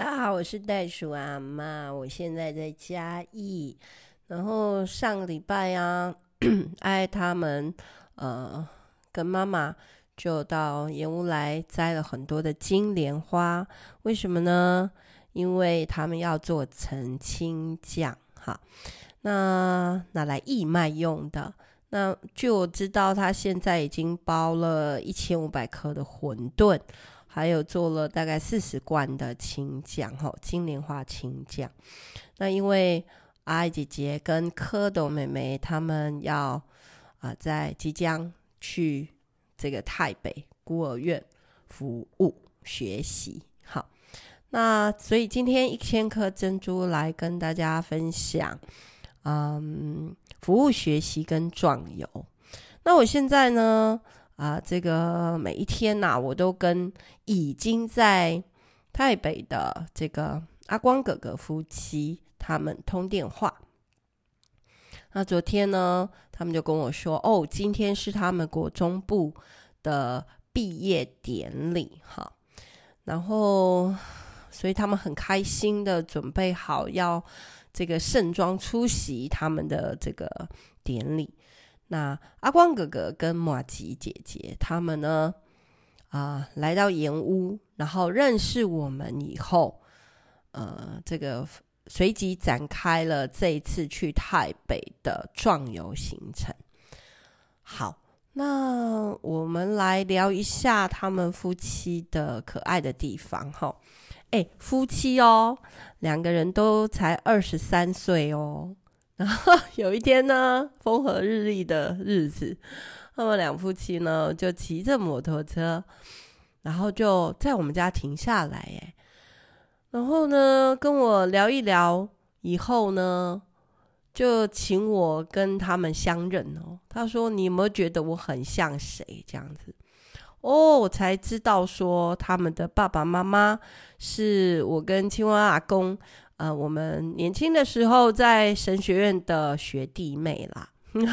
家好，我是袋鼠阿妈，我现在在嘉义。然后上个礼拜啊，爱他们跟妈妈就到盐屋来摘了很多的金莲花。为什么呢？因为他们要做澄清酱，哈，那拿来义卖用的。那据我知道，他现在已经包了1500颗的馄饨，还有做了大概40罐的青酱，金莲花青酱。那因为阿爱姐姐跟蝌蚪妹妹他们要在即将去这个台北孤儿院服务学习，好，那所以今天1000颗珍珠来跟大家分享服务学习跟壮游。那我现在呢这个每一天我都跟已经在台北的这个阿光哥哥夫妻他们通电话。那昨天呢，他们就跟我说，今天是他们国中部的毕业典礼，哈，然后所以他们很开心的准备好要这个盛装出席他们的这个典礼。那阿光哥哥跟马吉姐姐他们呢来到盐屋，然后认识我们以后这个随即展开了这一次去台北的壮游行程。好，那我们来聊一下他们夫妻的可爱的地方哈。夫妻两个人都才23岁然后有一天呢，风和日丽的日子，他们两夫妻呢就骑着摩托车，然后就在我们家停下来然后呢跟我聊一聊，以后呢就请我跟他们相认他说你有没有觉得我很像谁这样子我才知道说他们的爸爸妈妈是我跟青蛙阿公我们年轻的时候在神学院的学弟妹啦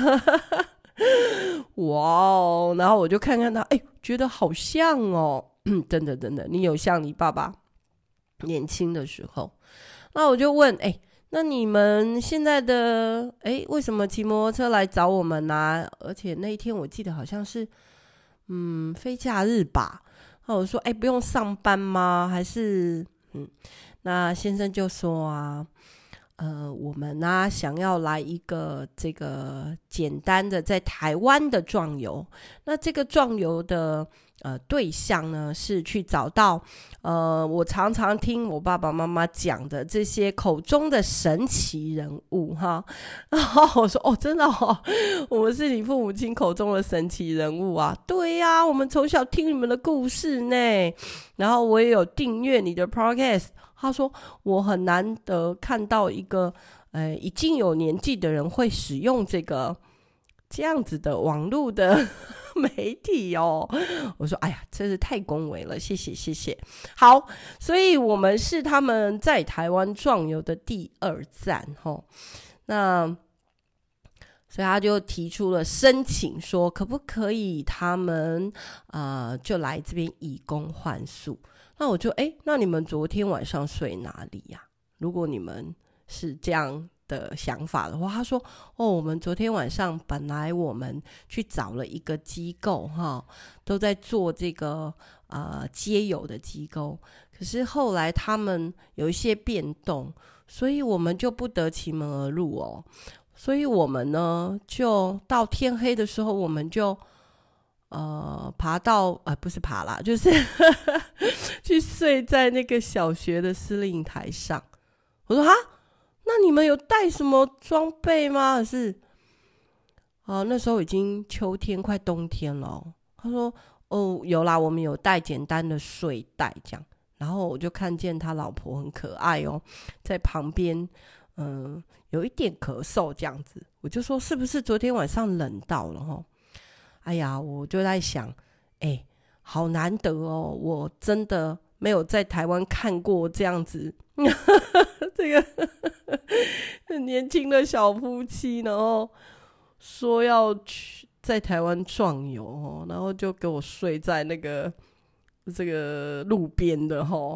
哇然后我就看看他觉得好像真的你有像你爸爸年轻的时候。那我就问那你们现在的为什么骑摩托车来找我们而且那一天我记得好像是非假日吧。那我说不用上班吗？还是那先生就说我们想要来一个这个简单的在台湾的壮游。那这个壮游的对象呢是去找到我常常听我爸爸妈妈讲的这些口中的神奇人物哈。然后我说真的我们是你父母亲口中的神奇人物啊。对呀，我们从小听你们的故事呢，然后我也有订阅你的 podcast。他说我很难得看到一个已经有年纪的人会使用这样子的网络的媒体我说真是太恭维了，谢谢。好，所以我们是他们在台湾壮游的第2站那所以他就提出了申请说可不可以他们就来这边以工换宿。那我就那你们昨天晚上睡哪里呀？如果你们是这样的想法的话，他说我们昨天晚上本来我们去找了一个机构都在做这个街友的机构，可是后来他们有一些变动，所以我们就不得其门而入所以我们呢就到天黑的时候我们就爬到不是爬啦，就是去睡在那个小学的司令台上。我说那你们有带什么装备吗？还是那时候已经秋天快冬天了他说有啦，我们有带简单的睡袋这样。然后我就看见他老婆很可爱在旁边有一点咳嗽这样子。我就说是不是昨天晚上冷到了我就在想好难得我真的没有在台湾看过这样子这个很年轻的小夫妻，然后说要去在台湾壮游然后就给我睡在那个这个路边的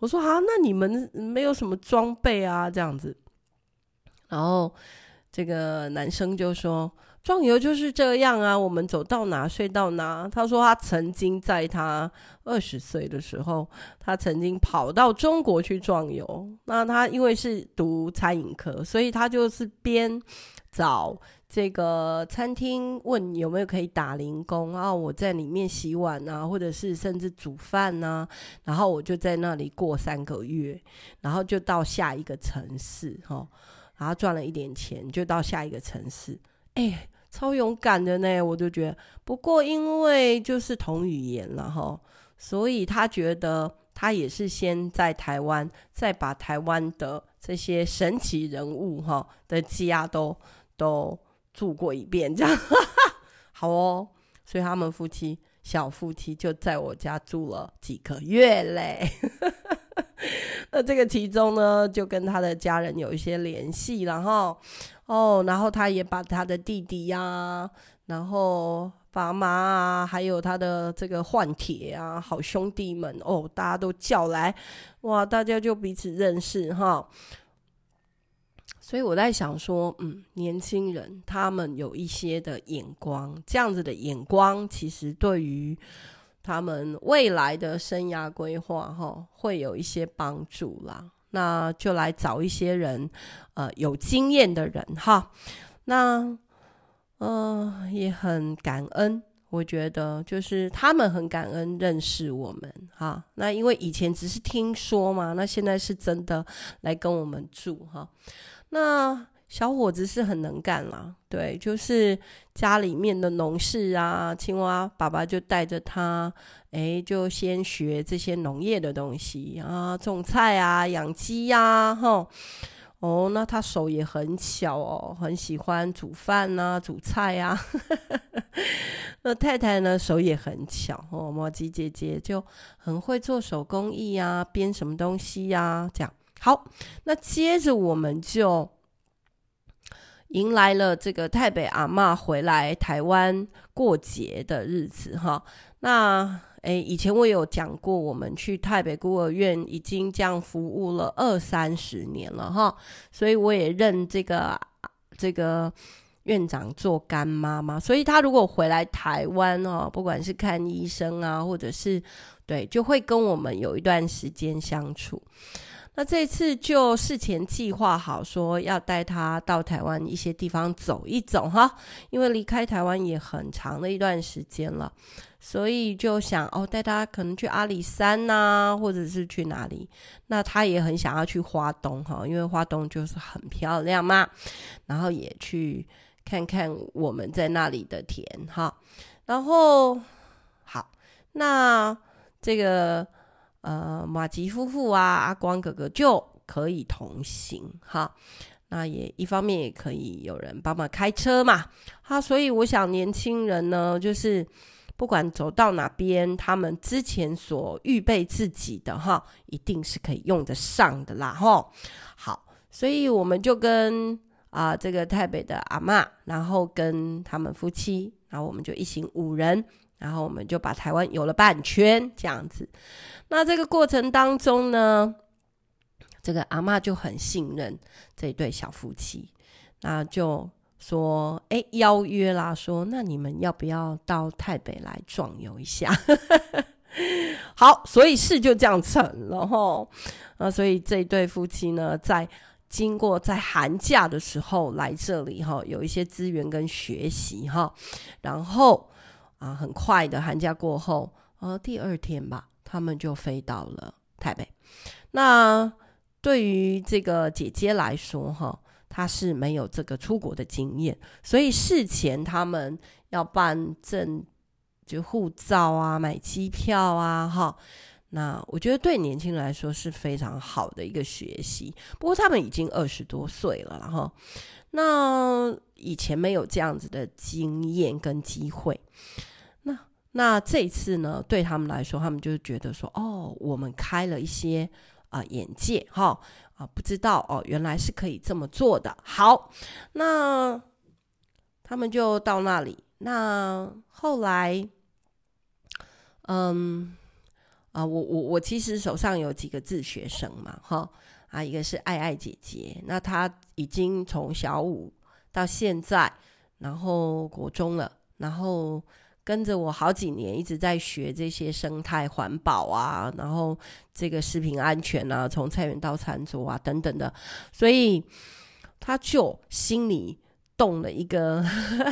我说啊，那你们没有什么装备啊这样子。然后这个男生就说，壮游就是这样啊，我们走到哪睡到哪。他说他曾经在他20岁的时候，他曾经跑到中国去壮游。那他因为是读餐饮科，所以他就是边找这个餐厅问有没有可以打零工啊，我在里面洗碗啊，或者是甚至煮饭啊，然后我就在那里过3个月，然后就到下一个城市然后赚了一点钱就到下一个城市。超勇敢的呢，我就觉得。不过因为就是同语言了所以他觉得他也是先在台湾，再把台湾的这些神奇人物的家都住过一遍，这样好哦。所以他们小夫妻就在我家住了几个月嘞。那这个其中呢，就跟他的家人有一些联系，然后他也把他的弟弟啊，然后爸妈啊，还有他的这个换帖啊，好兄弟们大家都叫来，哇，大家就彼此认识所以我在想说，年轻人他们有一些的眼光，这样子的眼光其实对于他们未来的生涯规划会有一些帮助啦。那就来找一些人有经验的人那也很感恩，我觉得就是他们很感恩认识我们那因为以前只是听说嘛，那现在是真的来跟我们住那小伙子是很能干啦，对，就是家里面的农事啊，青蛙爸爸就带着他就先学这些农业的东西啊，种菜啊，养鸡啊那他手也很巧很喜欢煮饭啊，煮菜啊那太太呢手也很巧麻吉姐姐就很会做手工艺啊，编什么东西啊这样。好，那接着我们就迎来了这个太北阿嬷回来台湾过节的日子那以前我有讲过，我们去太北孤儿院已经这样服务了20-30年了所以我也认这个院长做干妈妈，所以他如果回来台湾不管是看医生啊，或者是对，就会跟我们有一段时间相处。那这次就事前计划好说要带他到台湾一些地方走一走因为离开台湾也很长的一段时间了，所以就想带他可能去阿里山啊，或者是去哪里。那他也很想要去花东因为花东就是很漂亮嘛，然后也去看看我们在那里的田然后好，那这个马吉夫妇啊，阿光哥哥就可以同行那也一方面也可以有人帮忙开车嘛所以我想年轻人呢，就是不管走到哪边，他们之前所预备自己的一定是可以用得上的啦好，所以我们就跟这个台北的阿嬷，然后跟他们夫妻，然后我们就一行5人，然后我们就把台湾游了半圈这样子。那这个过程当中呢，这个阿嬷就很信任这一对小夫妻，那就说邀约啦，说那你们要不要到台北来壮游一下好，所以事就这样成了所以这一对夫妻呢，经过在寒假的时候来这里有一些资源跟学习然后很快的寒假过后第2天吧，他们就飞到了台北。那对于这个姐姐来说她是没有这个出国的经验，所以事前他们要办就护照啊，买机票啊那我觉得对年轻人来说是非常好的一个学习。不过他们已经20多岁了那以前没有这样子的经验跟机会。那这一次呢，对他们来说，他们就觉得说我们开了一些眼界不知道原来是可以这么做的。好，那他们就到那里。那后来我其实手上有几个自学生嘛，一个是爱爱姐姐，那她已经从小5到现在，然后国中了，然后跟着我好几年一直在学这些生态环保啊，然后这个食品安全啊，从菜园到餐桌啊等等的，所以他就心里动了一个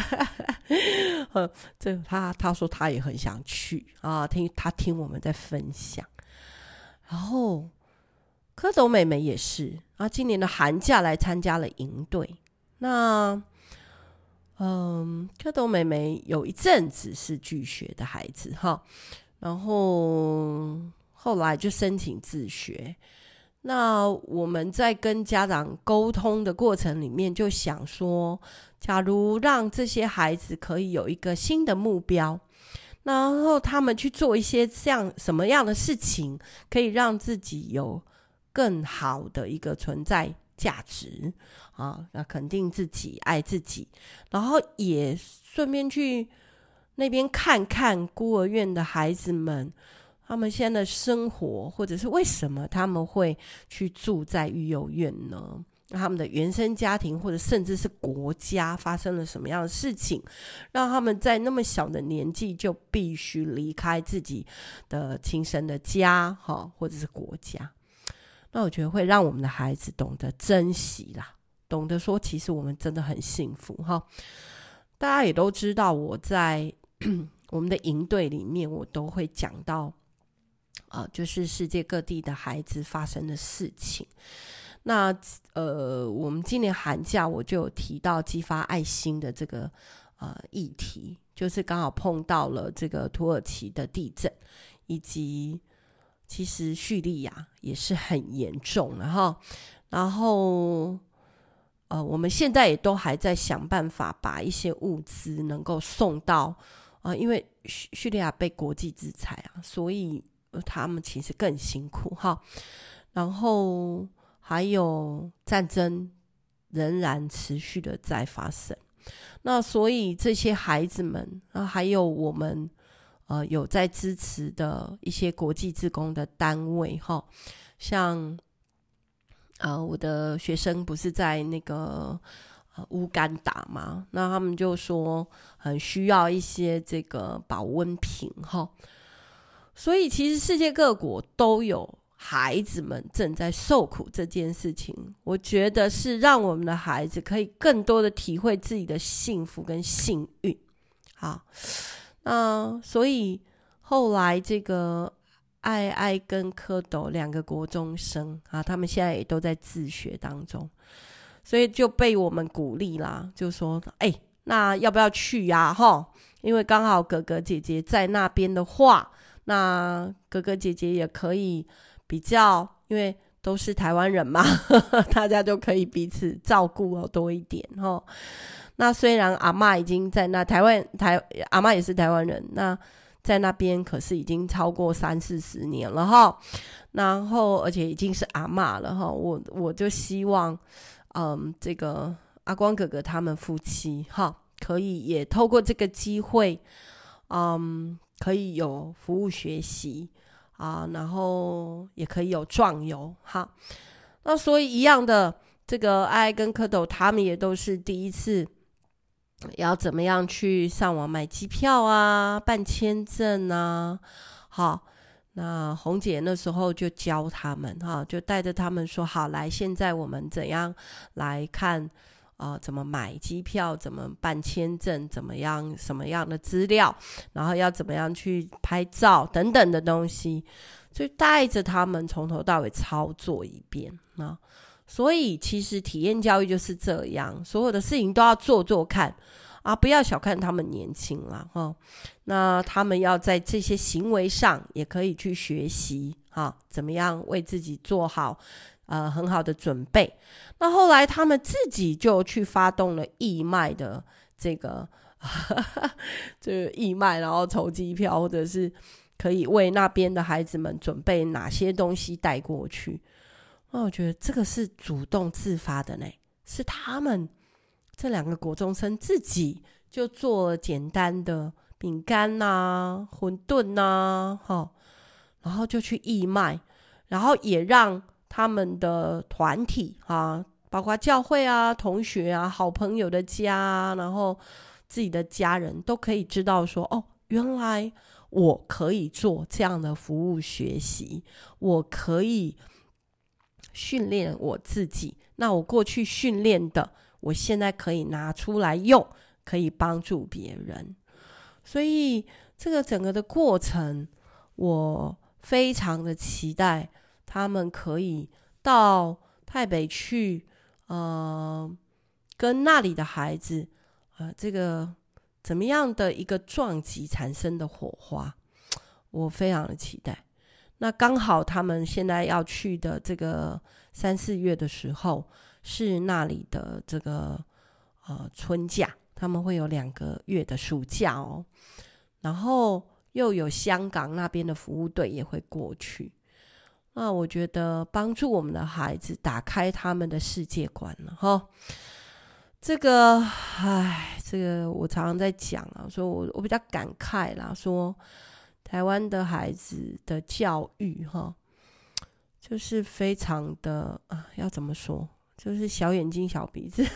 他说他也很想去啊，他听我们在分享。然后蝌蚪妹妹也是啊，今年的寒假来参加了营队。那蝌蚪妹妹有一阵子是拒学的孩子哈，然后后来就申请自学。那我们在跟家长沟通的过程里面就想说，假如让这些孩子可以有一个新的目标，然后他们去做一些什么样的事情可以让自己有更好的一个存在价值啊，要肯定自己，爱自己，然后也顺便去那边看看孤儿院的孩子们他们现在的生活，或者是为什么他们会去住在育幼院呢？他们的原生家庭或者甚至是国家发生了什么样的事情，让他们在那么小的年纪就必须离开自己的亲生的家或者是国家。那我觉得会让我们的孩子懂得珍惜啦，懂得说其实我们真的很幸福大家也都知道我在我们的营队里面我都会讲到就是世界各地的孩子发生的事情。那我们今年寒假我就有提到激发爱心的这个议题，就是刚好碰到了这个土耳其的地震，以及其实叙利亚也是很严重了然后我们现在也都还在想办法把一些物资能够送到因为叙利亚被国际制裁所以他们其实更辛苦然后还有战争仍然持续的在发生，那所以这些孩子们还有我们有在支持的一些国际志工的单位像我的学生不是在那个乌干达嘛，那他们就说很需要一些这个保温瓶所以其实世界各国都有孩子们正在受苦这件事情，我觉得是让我们的孩子可以更多的体会自己的幸福跟幸运所以后来这个爱爱跟蝌蚪2个国中生他们现在也都在自学当中，所以就被我们鼓励啦，就说那要不要去因为刚好哥哥姐姐在那边的话，那哥哥姐姐也可以比较，因为都是台湾人嘛大家就可以彼此照顾多一点那虽然阿嬷已经在那阿嬷也是台湾人，那在那边可是已经超过30-40年了然后而且已经是阿嬷了我就希望这个阿光哥哥他们夫妻可以也透过这个机会可以有服务学习然后也可以有壮游那所以一样的，这个爱跟蝌蚪他们也都是第一次要怎么样去上网买机票办签证那红姐那时候就教他们就带着他们说好，来现在我们怎样来看怎么买机票，怎么办签证，怎么样什么样的资料，然后要怎么样去拍照等等的东西，就带着他们从头到尾操作一遍所以其实体验教育就是这样，所有的事情都要做做看不要小看他们年轻啦那他们要在这些行为上也可以去学习怎么样为自己做好很好的准备。那后来他们自己就去发动了义卖的这个就是义卖，然后筹机票，或者是可以为那边的孩子们准备哪些东西带过去。那我觉得这个是主动自发的呢，是他们这2个国中生自己就做了简单的饼干馄饨然后就去义卖，然后也让他们的团体啊，包括教会啊、同学啊、好朋友的家啊，然后自己的家人都可以知道说，哦，原来我可以做这样的服务学习，我可以训练我自己，那我过去训练的，我现在可以拿出来用，可以帮助别人。所以这个整个的过程，我非常的期待他们可以到台北去，跟那里的孩子，这个怎么样的一个撞击产生的火花，我非常的期待。那刚好他们现在要去的这个3、4月的时候，是那里的这个春假，他们会有2个月的暑假哦。然后又有香港那边的服务队也会过去。那我觉得帮助我们的孩子打开他们的世界观了哈。这个我常常在讲啊，说我比较感慨啦，说台湾的孩子的教育哈，就是非常的要怎么说，就是小眼睛小鼻子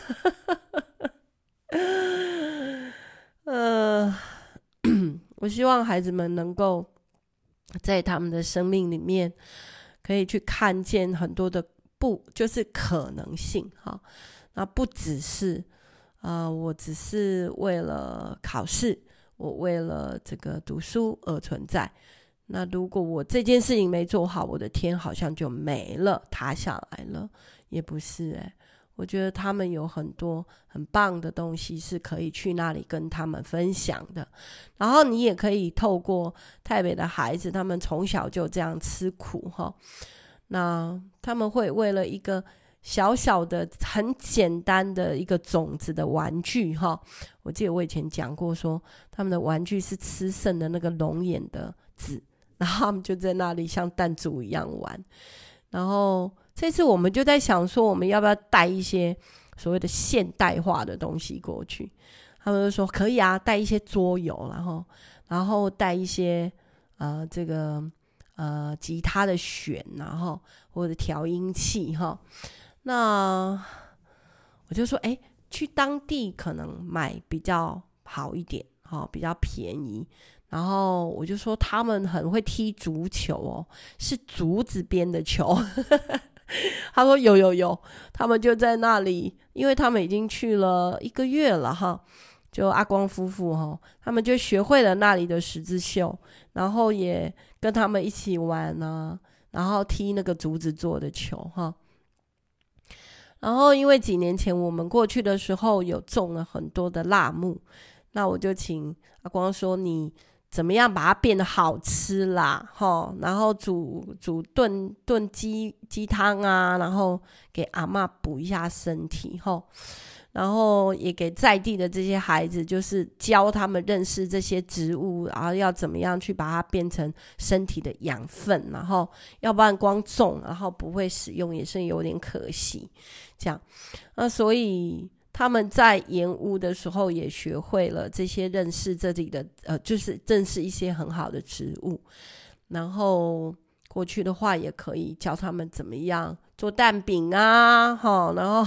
我希望孩子们能够在他们的生命里面可以去看见很多的就是可能性哈。那不只是我只是为了考试，我为了这个读书而存在。那如果我这件事情没做好，我的天好像就没了，塌下来了，也不是我觉得他们有很多很棒的东西是可以去那里跟他们分享的。然后你也可以透过台北的孩子，他们从小就这样吃苦哈，那他们会为了一个小小的很简单的一个种子的玩具哈，我记得我以前讲过说，他们的玩具是吃剩的那个龙眼的籽，然后他们就在那里像弹珠一样玩。然后这次我们就在想说，我们要不要带一些所谓的现代化的东西过去。他们就说可以啊，带一些桌游，然后带一些这个吉他的弦，然后或者调音器哈。那我就说去当地可能买比较好一点比较便宜。然后我就说他们很会踢足球是竹子编的球他说有，他们就在那里，因为他们已经去了1个月了哈，就阿光夫妇他们就学会了那里的十字绣，然后也跟他们一起玩然后踢那个竹子做的球哈。然后因为几年前我们过去的时候有种了很多的辣木，那我就请阿光说你怎么样把它变得好吃啦然后煮炖鸡汤啊，然后给阿嬷补一下身体然后也给在地的这些孩子，就是教他们认识这些植物，然后要怎么样去把它变成身体的养分，然后要不然光种然后不会使用也是有点可惜这样。那所以他们在盐屋的时候也学会了这些认识这里的就是认识一些很好的植物，然后过去的话也可以教他们怎么样做蛋饼啊然后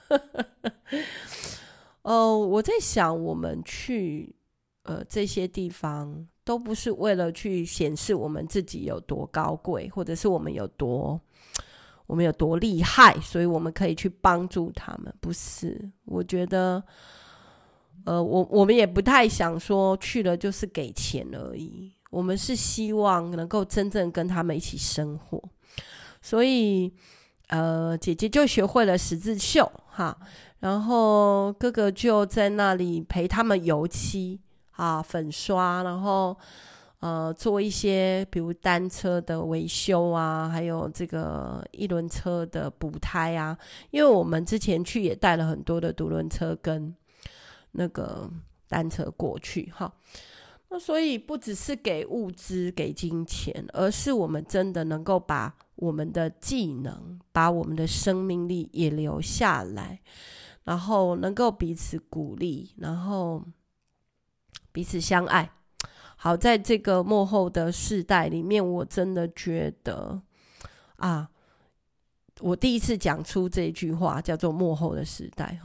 我在想我们去这些地方都不是为了去显示我们自己有多高贵，或者是我们有多厉害，所以我们可以去帮助他们，不是。我觉得我们也不太想说去了就是给钱而已，我们是希望能够真正跟他们一起生活。所以姐姐就学会了十字绣然后哥哥就在那里陪他们油漆粉刷，然后做一些比如单车的维修啊，还有这个一轮车的补胎啊，因为我们之前去也带了很多的独轮车跟那个单车过去那所以不只是给物资给金钱，而是我们真的能够把我们的技能把我们的生命力也留下来，然后能够彼此鼓励，然后彼此相爱好，在这个末后的世代里面，我真的觉得啊，我第一次讲出这句话叫做末后的时代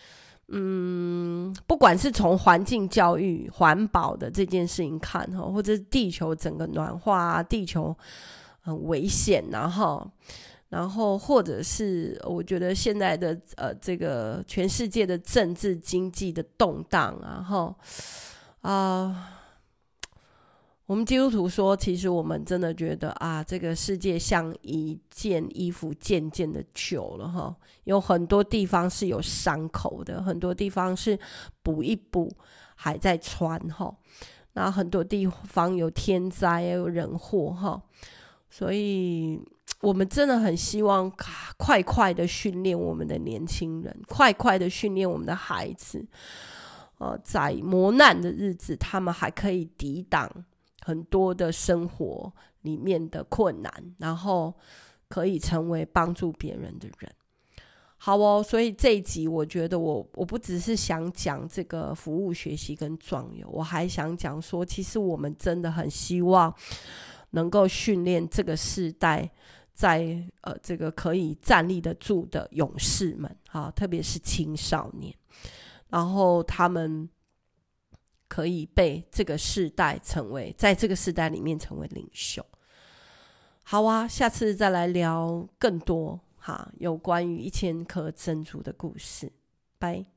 不管是从环境教育环保的这件事情看或者是地球整个暖化地球很危险然后或者是我觉得现在的这个全世界的政治经济的动荡我们基督徒说，其实我们真的觉得这个世界像一件衣服渐渐的旧了有很多地方是有伤口的，很多地方是补一补还在穿那很多地方有天灾也有人祸所以我们真的很希望快快的训练我们的年轻人，快快的训练我们的孩子在磨难的日子他们还可以抵挡很多的生活里面的困难，然后可以成为帮助别人的人。好所以这一集我觉得我不只是想讲这个服务学习跟壮游，我还想讲说其实我们真的很希望能够训练这个世代在这个可以站立得住的勇士们特别是青少年，然后他们可以被这个世代在这个世代里面成为领袖。好下次再来聊更多有关于1000颗珍珠的故事。拜。